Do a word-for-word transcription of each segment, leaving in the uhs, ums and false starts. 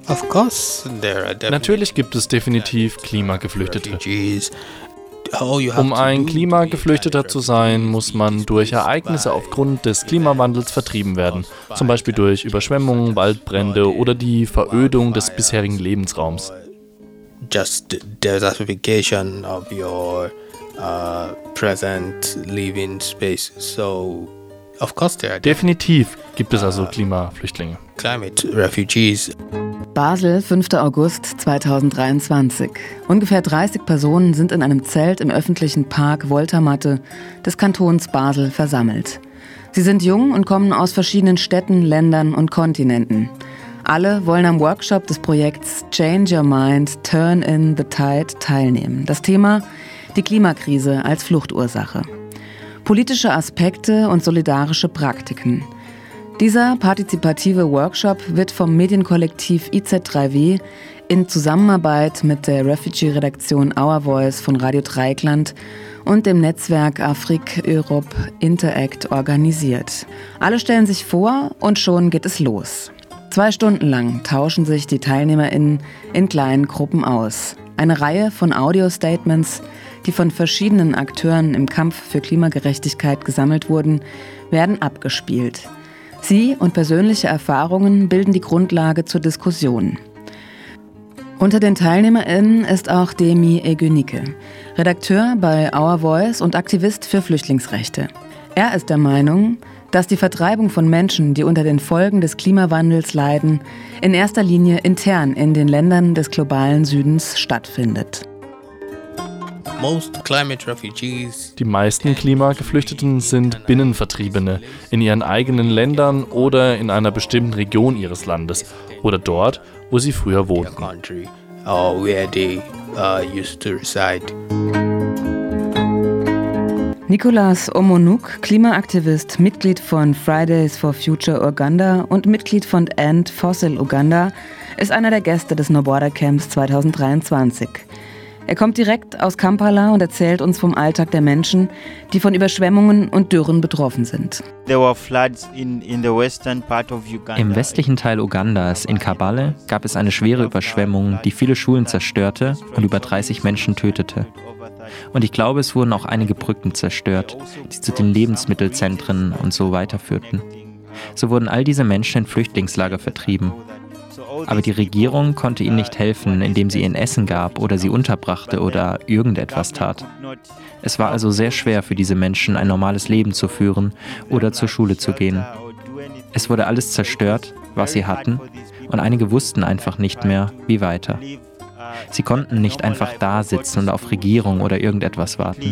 Of course, there are definitely Natürlich gibt es definitiv Klimageflüchtete. refugees. All you have Um to ein do Klimageflüchteter zu sein, muss man durch Ereignisse aufgrund des Klimawandels vertrieben werden, zum Beispiel durch Überschwemmungen, Waldbrände oder die Verödung des bisherigen Lebensraums. just desertification of your uh, present living space. So, of course, there are Definitiv gibt es also Klimaflüchtlinge. climate refugees. Basel, fünfter August zweitausenddreiundzwanzig. Ungefähr dreißig Personen sind in einem Zelt im öffentlichen Park Voltermatte des Kantons Basel versammelt. Sie sind jung und kommen aus verschiedenen Städten, Ländern und Kontinenten. Alle wollen am Workshop des Projekts Change Your Mind, Turn in the Tide teilnehmen. Das Thema: die Klimakrise als Fluchtursache. Politische Aspekte und solidarische Praktiken. Dieser partizipative Workshop wird vom Medienkollektiv I Z drei W in Zusammenarbeit mit der Refugee-Redaktion Our Voice von Radio Dreieckland und dem Netzwerk Afrique Europe Interact organisiert. Alle stellen sich vor und schon geht es los. Zwei Stunden lang tauschen sich die TeilnehmerInnen in kleinen Gruppen aus. Eine Reihe von Audio-Statements, die von verschiedenen Akteuren im Kampf für Klimagerechtigkeit gesammelt wurden, werden abgespielt. Sie und persönliche Erfahrungen bilden die Grundlage zur Diskussion. Unter den TeilnehmerInnen ist auch Demi Egünike, Redakteur bei Our Voice und Aktivist für Flüchtlingsrechte. Er ist der Meinung, dass die Vertreibung von Menschen, die unter den Folgen des Klimawandels leiden, in erster Linie intern in den Ländern des globalen Südens stattfindet. Most climate refugees Die meisten Klimageflüchteten sind Binnenvertriebene in ihren eigenen Ländern oder in einer bestimmten Region ihres Landes oder dort, wo sie früher their wohnten. country or where they uh, used to reside. Nicolas Omonuk, Klimaaktivist, Mitglied von Fridays for Future Uganda und Mitglied von End Fossil Uganda, ist einer der Gäste des No Border Camps zweitausenddreiundzwanzig. Er kommt direkt aus Kampala und erzählt uns vom Alltag der Menschen, die von Überschwemmungen und Dürren betroffen sind. There were floods in, in the western part of Uganda. Im westlichen Teil Ugandas, in Kabale, gab es eine schwere Überschwemmung, die viele Schulen zerstörte und über dreißig Menschen tötete. Und ich glaube, es wurden auch einige Brücken zerstört, die zu den Lebensmittelzentren und so weiterführten. So wurden all diese Menschen in Flüchtlingslager vertrieben. Aber die Regierung konnte ihnen nicht helfen, indem sie ihnen Essen gab oder sie unterbrachte oder irgendetwas tat. Es war also sehr schwer für diese Menschen, ein normales Leben zu führen oder zur Schule zu gehen. Es wurde alles zerstört, was sie hatten, und einige wussten einfach nicht mehr, wie weiter. Sie konnten nicht einfach da sitzen und auf Regierung oder irgendetwas warten.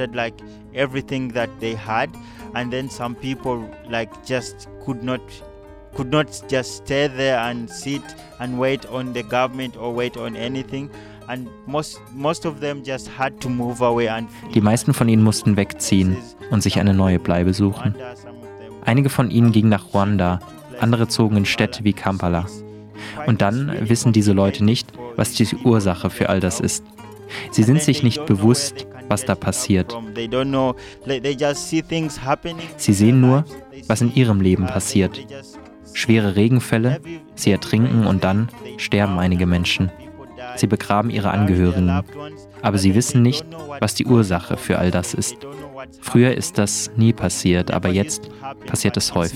could not just stay there and sit and wait on the government or wait on anything, and most most of them just had to move away and Die meisten von ihnen mussten wegziehen und sich eine neue Bleibe suchen. Einige von ihnen gingen nach Ruanda, andere zogen in Städte wie Kampala. Und dann wissen diese Leute nicht, was die Ursache für all das ist. Sie sind sich nicht bewusst, was da passiert. Sie sehen nur, was in ihrem Leben passiert. Schwere Regenfälle, sie ertrinken und dann sterben einige Menschen. Sie begraben ihre Angehörigen, aber sie wissen nicht, was die Ursache für all das ist. Früher ist das nie passiert, aber jetzt passiert es häufig.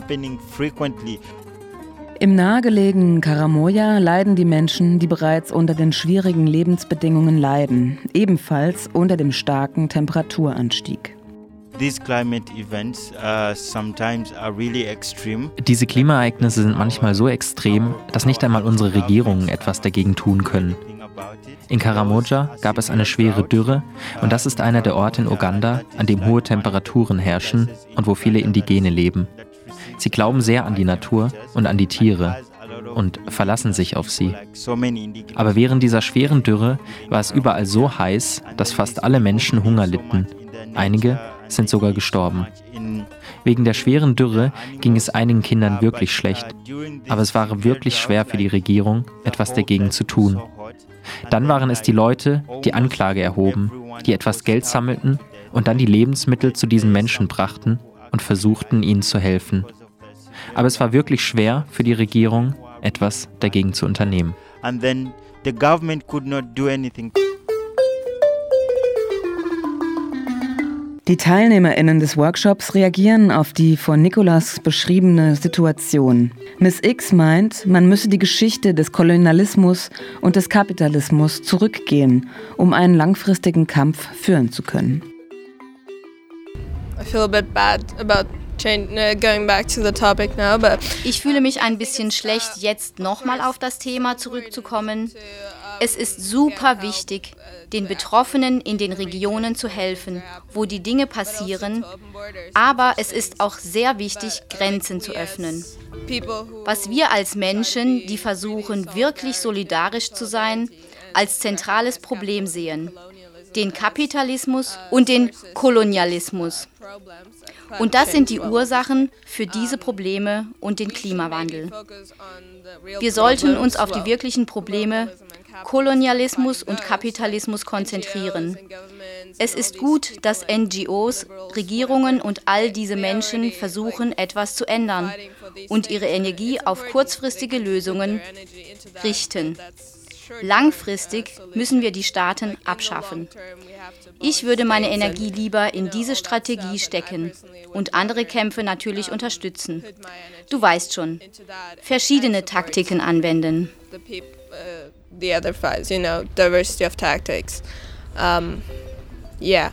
Im nahegelegenen Karamoja leiden die Menschen, die bereits unter den schwierigen Lebensbedingungen leiden, ebenfalls unter dem starken Temperaturanstieg. These climate events uh, sometimes are really extreme. Diese Klimaereignisse sind manchmal so extrem, dass nicht einmal unsere Regierungen etwas dagegen tun können. In Karamoja gab es eine schwere Dürre und das ist einer der Orte in Uganda, an dem hohe Temperaturen herrschen und wo viele Indigene leben. Sie glauben sehr an die Natur und an die Tiere und verlassen sich auf sie. Aber während dieser schweren Dürre war es überall so heiß, dass fast alle Menschen Hunger litten. Einige sind sogar gestorben. Wegen der schweren Dürre ging es einigen Kindern wirklich schlecht. Aber es war wirklich schwer für die Regierung, etwas dagegen zu tun. Dann waren es die Leute, die Anklage erhoben, die etwas Geld sammelten und dann die Lebensmittel zu diesen Menschen brachten und versuchten, ihnen zu helfen. Aber es war wirklich schwer für die Regierung, etwas dagegen zu unternehmen. And then the government could not do anything. Die TeilnehmerInnen des Workshops reagieren auf die von Nicolas beschriebene Situation. Miss X meint, man müsse die Geschichte des Kolonialismus und des Kapitalismus zurückgehen, um einen langfristigen Kampf führen zu können. I feel a bit bad about change, uh, going back to the topic now, but ich fühle mich ein bisschen schlecht, jetzt nochmal auf das Thema zurückzukommen. Es ist super wichtig, den Betroffenen in den Regionen zu helfen, wo die Dinge passieren, aber es ist auch sehr wichtig, Grenzen zu öffnen. Was wir als Menschen, die versuchen, wirklich solidarisch zu sein, als zentrales Problem sehen: den Kapitalismus und den Kolonialismus. Und das sind die Ursachen für diese Probleme und den Klimawandel. Wir sollten uns auf die wirklichen Probleme Kolonialismus und Kapitalismus konzentrieren. Es ist gut, dass N G Os, Regierungen und all diese Menschen versuchen, etwas zu ändern und ihre Energie auf kurzfristige Lösungen richten. Langfristig müssen wir die Staaten abschaffen. Ich würde meine Energie lieber in diese Strategie stecken und andere Kämpfe natürlich unterstützen. Du weißt schon, verschiedene Taktiken anwenden. The other files, you know, diversity of tactics. Um, yeah.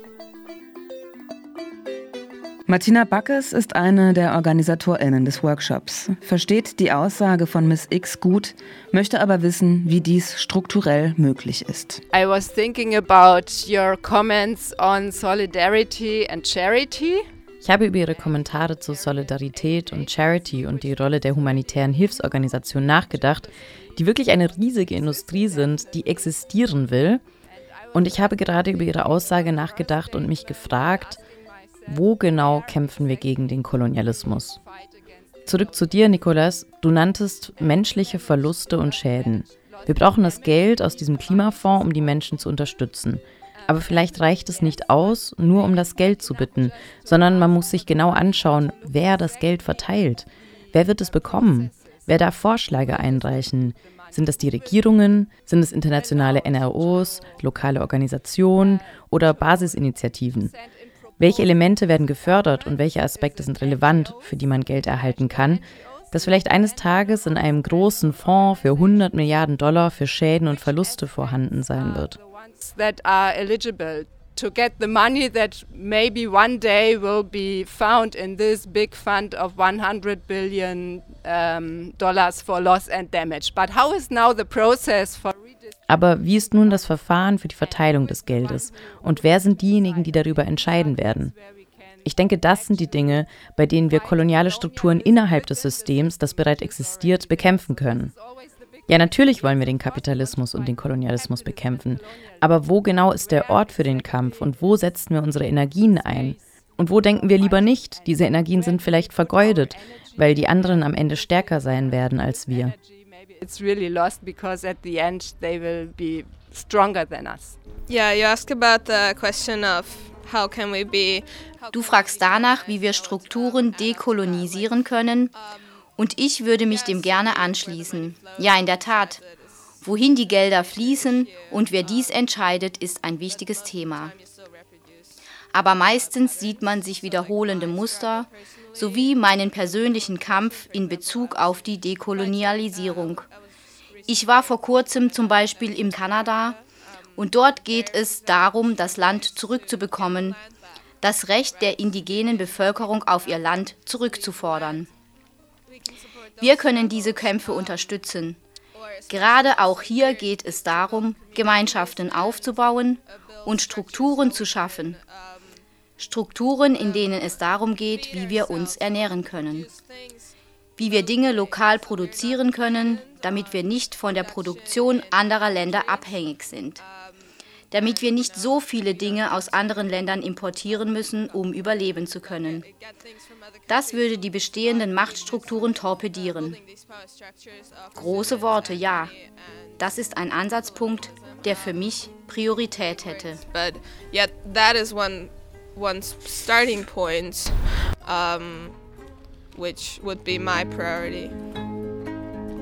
Martina Backes ist eine der OrganisatorInnen des Workshops, versteht die Aussage von Miss X gut, möchte aber wissen, wie dies strukturell möglich ist. I was thinking about your comments on solidarity and charity. Ich habe über Ihre Kommentare zu Solidarität und Charity und die Rolle der humanitären Hilfsorganisation nachgedacht, die wirklich eine riesige Industrie sind, die existieren will. Und ich habe gerade über Ihre Aussage nachgedacht und mich gefragt, wo genau kämpfen wir gegen den Kolonialismus? Zurück zu dir, Nicolas. Du nanntest menschliche Verluste und Schäden. Wir brauchen das Geld aus diesem Klimafonds, um die Menschen zu unterstützen. Aber vielleicht reicht es nicht aus, nur um das Geld zu bitten, sondern man muss sich genau anschauen, wer das Geld verteilt. Wer wird es bekommen? Wer darf Vorschläge einreichen? Sind das die Regierungen? Sind es internationale N R Os, lokale Organisationen oder Basisinitiativen? Welche Elemente werden gefördert und welche Aspekte sind relevant, für die man Geld erhalten kann, das vielleicht eines Tages in einem großen Fonds für hundert Milliarden Dollar für Schäden und Verluste vorhanden sein wird? That are eligible to get the money that maybe one day will be found in this big fund of one hundred billion um, dollars for loss and damage. But how is now the process for Aber wie ist nun das Verfahren für die Verteilung des Geldes? Und wer sind diejenigen, die darüber entscheiden werden? Ich denke, das sind die Dinge, bei denen wir koloniale Strukturen innerhalb des Systems, das bereits existiert, bekämpfen können. Ja, natürlich wollen wir den Kapitalismus und den Kolonialismus bekämpfen. Aber wo genau ist der Ort für den Kampf und wo setzen wir unsere Energien ein? Und wo denken wir lieber nicht, diese Energien sind vielleicht vergeudet, weil die anderen am Ende stärker sein werden als wir? It's really lost because at the end they will be stronger than us. Yeah, you ask about the question of how can we be. Du fragst danach, wie wir Strukturen dekolonisieren können. Und ich würde mich dem gerne anschließen. Ja, in der Tat. Wohin die Gelder fließen und wer dies entscheidet, ist ein wichtiges Thema. Aber meistens sieht man sich wiederholende Muster sowie meinen persönlichen Kampf in Bezug auf die Dekolonialisierung. Ich war vor kurzem zum Beispiel in Kanada und dort geht es darum, das Land zurückzubekommen, das Recht der indigenen Bevölkerung auf ihr Land zurückzufordern. Wir können diese Kämpfe unterstützen. Gerade auch hier geht es darum, Gemeinschaften aufzubauen und Strukturen zu schaffen. Strukturen, in denen es darum geht, wie wir uns ernähren können. Wie wir Dinge lokal produzieren können, damit wir nicht von der Produktion anderer Länder abhängig sind. Damit wir nicht so viele Dinge aus anderen Ländern importieren müssen, um überleben zu können. Das würde die bestehenden Machtstrukturen torpedieren. Große Worte, ja. Das ist ein Ansatzpunkt, der für mich Priorität hätte. But yet that is one one starting point, um, which would be my priority.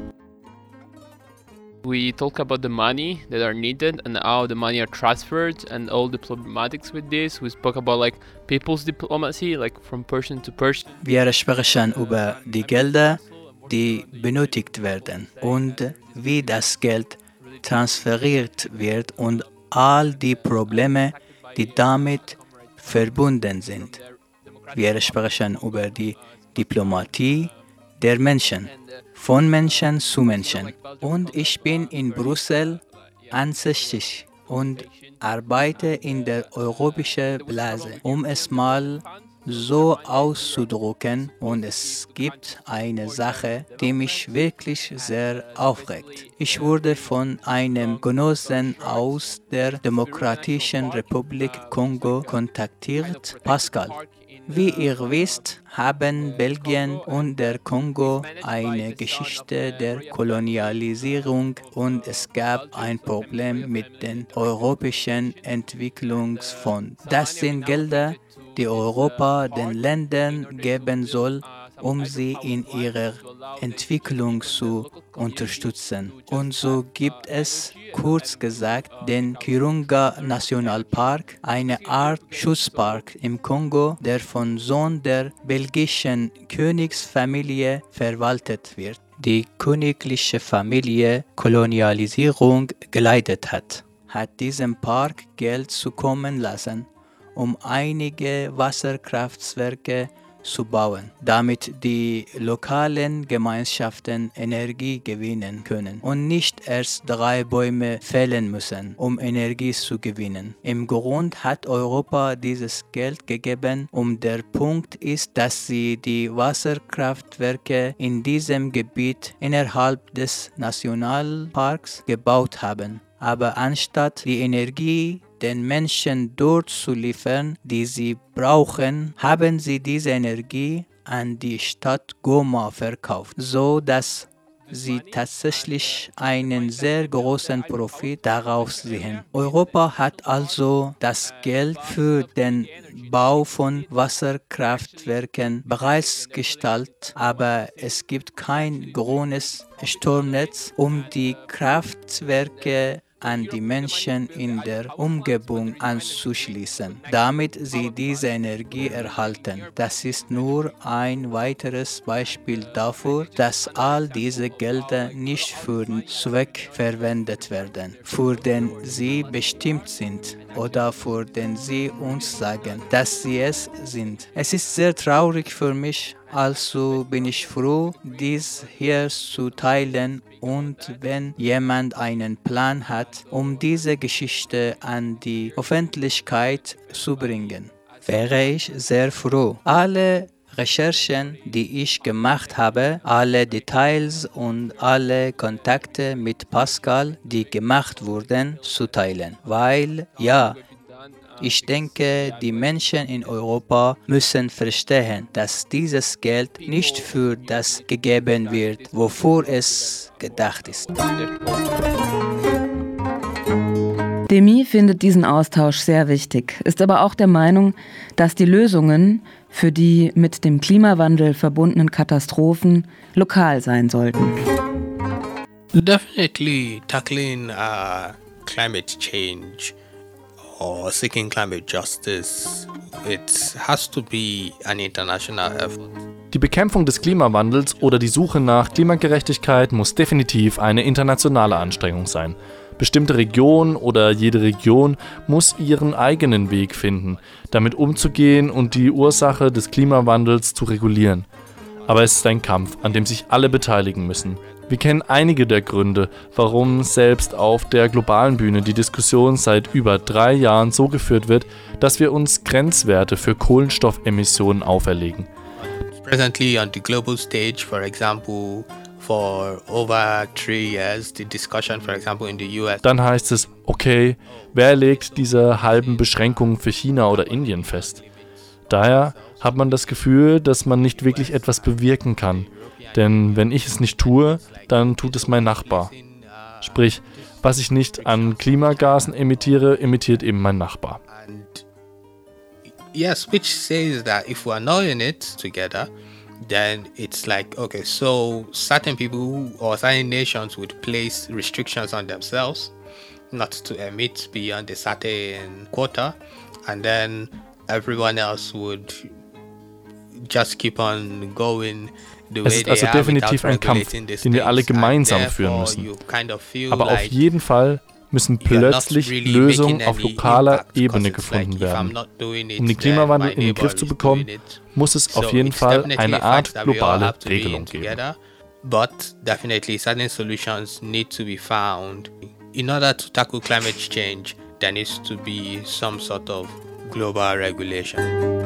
We talk about the money that are needed and how the money are transferred and all the problematics with this. We spoke about like people's diplomacy, like from person to person. Wir sprechen über die Gelder, die benötigt werden und wie das Geld transferiert wird und all die Probleme, die damit verbunden sind. Wir sprechen über die Diplomatie der Menschen, von Menschen zu Menschen. Und ich bin in Brüssel ansässig und arbeite in der europäischen Blase, um es mal so auszudrücken. Und es gibt eine Sache, die mich wirklich sehr aufregt. Ich wurde von einem Genossen aus der Demokratischen Republik Kongo kontaktiert, Pascal. Wie ihr wisst, haben Belgien und der Kongo eine Geschichte der Kolonialisierung und es gab ein Problem mit dem Europäischen Entwicklungsfonds. Das sind Gelder, die Europa den Ländern geben soll, um sie in ihrer Entwicklung zu unterstützen. Und so gibt es, kurz gesagt, den Kirunga Nationalpark, eine Art Schutzpark im Kongo, der von Sohn der belgischen Königsfamilie verwaltet wird, die königliche Familie Kolonialisierung geleitet hat, hat diesem Park Geld zukommen lassen, um einige Wasserkraftwerke zu bauen, damit die lokalen Gemeinschaften Energie gewinnen können und nicht erst drei Bäume fällen müssen, um Energie zu gewinnen. Im Grund hat Europa dieses Geld gegeben und der Punkt ist, dass sie die Wasserkraftwerke in diesem Gebiet innerhalb des Nationalparks gebaut haben. Aber anstatt die Energie den Menschen dort zu liefern, die sie brauchen, haben sie diese Energie an die Stadt Goma verkauft, so dass sie tatsächlich einen sehr großen Profit daraus sehen. Europa hat also das Geld für den Bau von Wasserkraftwerken bereitgestellt, aber es gibt kein grünes Stromnetz, um die Kraftwerke an die Menschen in der Umgebung anzuschließen, damit sie diese Energie erhalten. Das ist nur ein weiteres Beispiel dafür, dass all diese Gelder nicht für den Zweck verwendet werden, für den sie bestimmt sind oder für den sie uns sagen, dass sie es sind. Es ist sehr traurig für mich, also bin ich froh, dies hier zu teilen und wenn jemand einen Plan hat, um diese Geschichte an die Öffentlichkeit zu bringen, wäre ich sehr froh. Alle Recherchen, die ich gemacht habe, alle Details und alle Kontakte mit Pascal, die gemacht wurden, zu teilen, weil ja, ich denke, die Menschen in Europa müssen verstehen, dass dieses Geld nicht für das gegeben wird, wofür es gedacht ist. Demi findet diesen Austausch sehr wichtig, ist aber auch der Meinung, dass die Lösungen für die mit dem Klimawandel verbundenen Katastrophen lokal sein sollten. Definitely tackling uh, climate change or seeking climate justice, it has to be an international effort. Die Bekämpfung des Klimawandels oder die Suche nach Klimagerechtigkeit muss definitiv eine internationale Anstrengung sein. Bestimmte Regionen oder jede Region muss ihren eigenen Weg finden, damit umzugehen und die Ursache des Klimawandels zu regulieren. Aber es ist ein Kampf, an dem sich alle beteiligen müssen. Wir kennen einige der Gründe, warum selbst auf der globalen Bühne die Diskussion seit über drei Jahren so geführt wird, dass wir uns Grenzwerte für Kohlenstoffemissionen auferlegen. Presently on the global stage, for example, for over three years, the discussion, for example, in the U S. Dann heißt es, okay, wer legt diese halben Beschränkungen für China oder Indien fest? Daher hat man das Gefühl, dass man nicht wirklich etwas bewirken kann. Denn wenn ich es nicht tue, dann tut es mein Nachbar. Sprich, was ich nicht an Klimagasen emittiere, emittiert eben mein Nachbar. Yes, which says that if we are not in it together, then it's like, okay, so certain people who, or certain nations would place restrictions on themselves not to emit beyond a certain quota, and then everyone else would just keep on going. Es ist also definitiv ein Kampf, den wir alle gemeinsam führen müssen. Aber auf jeden Fall müssen plötzlich Lösungen auf lokaler Ebene gefunden werden. Um den Klimawandel in den Griff zu bekommen, muss es auf jeden Fall eine Art globale Regelung geben. But definitely certain solutions need to be found. In order to tackle climate change, there needs to be some sort of global regulation.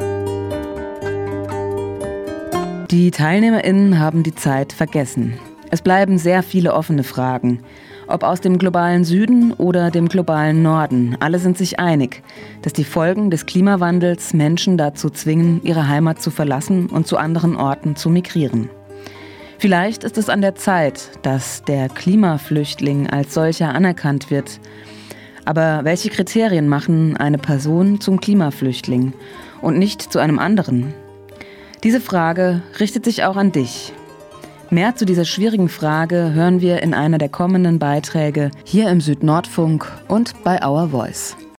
Die TeilnehmerInnen haben die Zeit vergessen. Es bleiben sehr viele offene Fragen. Ob aus dem globalen Süden oder dem globalen Norden, alle sind sich einig, dass die Folgen des Klimawandels Menschen dazu zwingen, ihre Heimat zu verlassen und zu anderen Orten zu migrieren. Vielleicht ist es an der Zeit, dass der Klimaflüchtling als solcher anerkannt wird. Aber welche Kriterien machen eine Person zum Klimaflüchtling und nicht zu einem anderen? Diese Frage richtet sich auch an dich. Mehr zu dieser schwierigen Frage hören wir in einer der kommenden Beiträge hier im Südnordfunk und bei Our Voice.